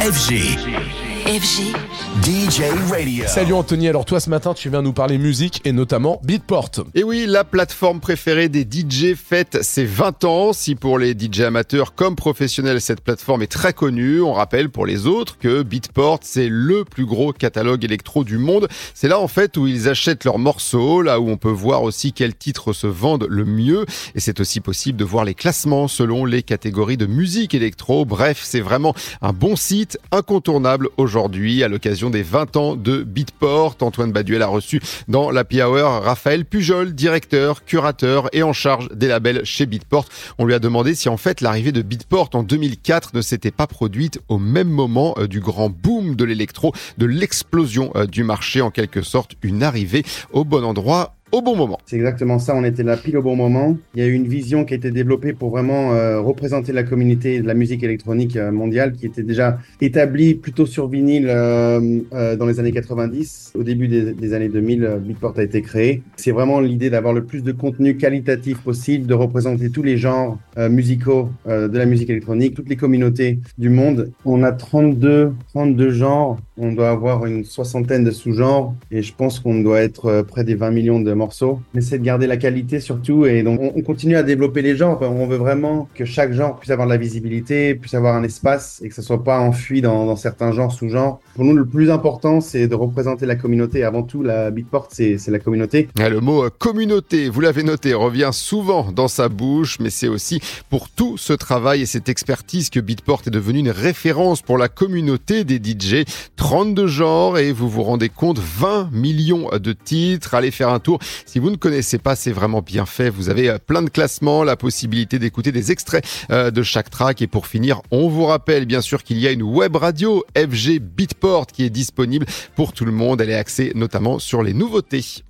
FG. FG DJ Radio. Salut Anthony, alors toi ce matin tu viens nous parler musique et notamment Beatport. Et oui, la plateforme préférée des DJ fête ses 20 ans. Si pour les DJ amateurs comme professionnels cette plateforme est très connue, on rappelle pour les autres que Beatport c'est le plus gros catalogue électro du monde. C'est là en fait où ils achètent leurs morceaux, là où on peut voir aussi quels titres se vendent le mieux. Et c'est aussi possible de voir les classements selon les catégories de musique électro. Bref, c'est vraiment un bon site incontournable aujourd'hui à l'occasion des 20 ans de Beatport. Antoine Baduel a reçu dans l'Happy Hour Raphaël Pujol, directeur, curateur et en charge des labels chez Beatport. On lui a demandé si en fait l'arrivée de Beatport en 2004 ne s'était pas produite au même moment du grand boom de l'électro, de l'explosion du marché, en quelque sorte une arrivée au bon endroit au bon moment. C'est exactement ça, on était là pile au bon moment. Il y a eu une vision qui a été développée pour vraiment représenter la communauté de la musique électronique mondiale qui était déjà établie plutôt sur vinyle dans les années 90. Au début des années 2000, Beatport a été créé. C'est vraiment l'idée d'avoir le plus de contenu qualitatif possible, de représenter tous les genres musicaux de la musique électronique, toutes les communautés du monde. On a 32 genres, on doit avoir une soixantaine de sous-genres et je pense qu'on doit être près des 20 millions de morceaux. On essaie de garder la qualité surtout et donc on continue à développer les genres. On veut vraiment que chaque genre puisse avoir de la visibilité, puisse avoir un espace et que ça soit pas enfui dans certains genres, sous-genres. Pour nous, le plus important, c'est de représenter la communauté. Avant tout, la Beatport, c'est la communauté. Le mot communauté, vous l'avez noté, revient souvent dans sa bouche, mais c'est aussi pour tout ce travail et cette expertise que Beatport est devenu une référence pour la communauté des DJ. 32 genres et vous vous rendez compte, 20 millions de titres. Allez faire un tour. Si vous ne connaissez pas, c'est vraiment bien fait. Vous avez plein de classements, la possibilité d'écouter des extraits de chaque track. Et pour finir, on vous rappelle bien sûr qu'il y a une web radio FG Beatport qui est disponible pour tout le monde. Elle est axée notamment sur les nouveautés.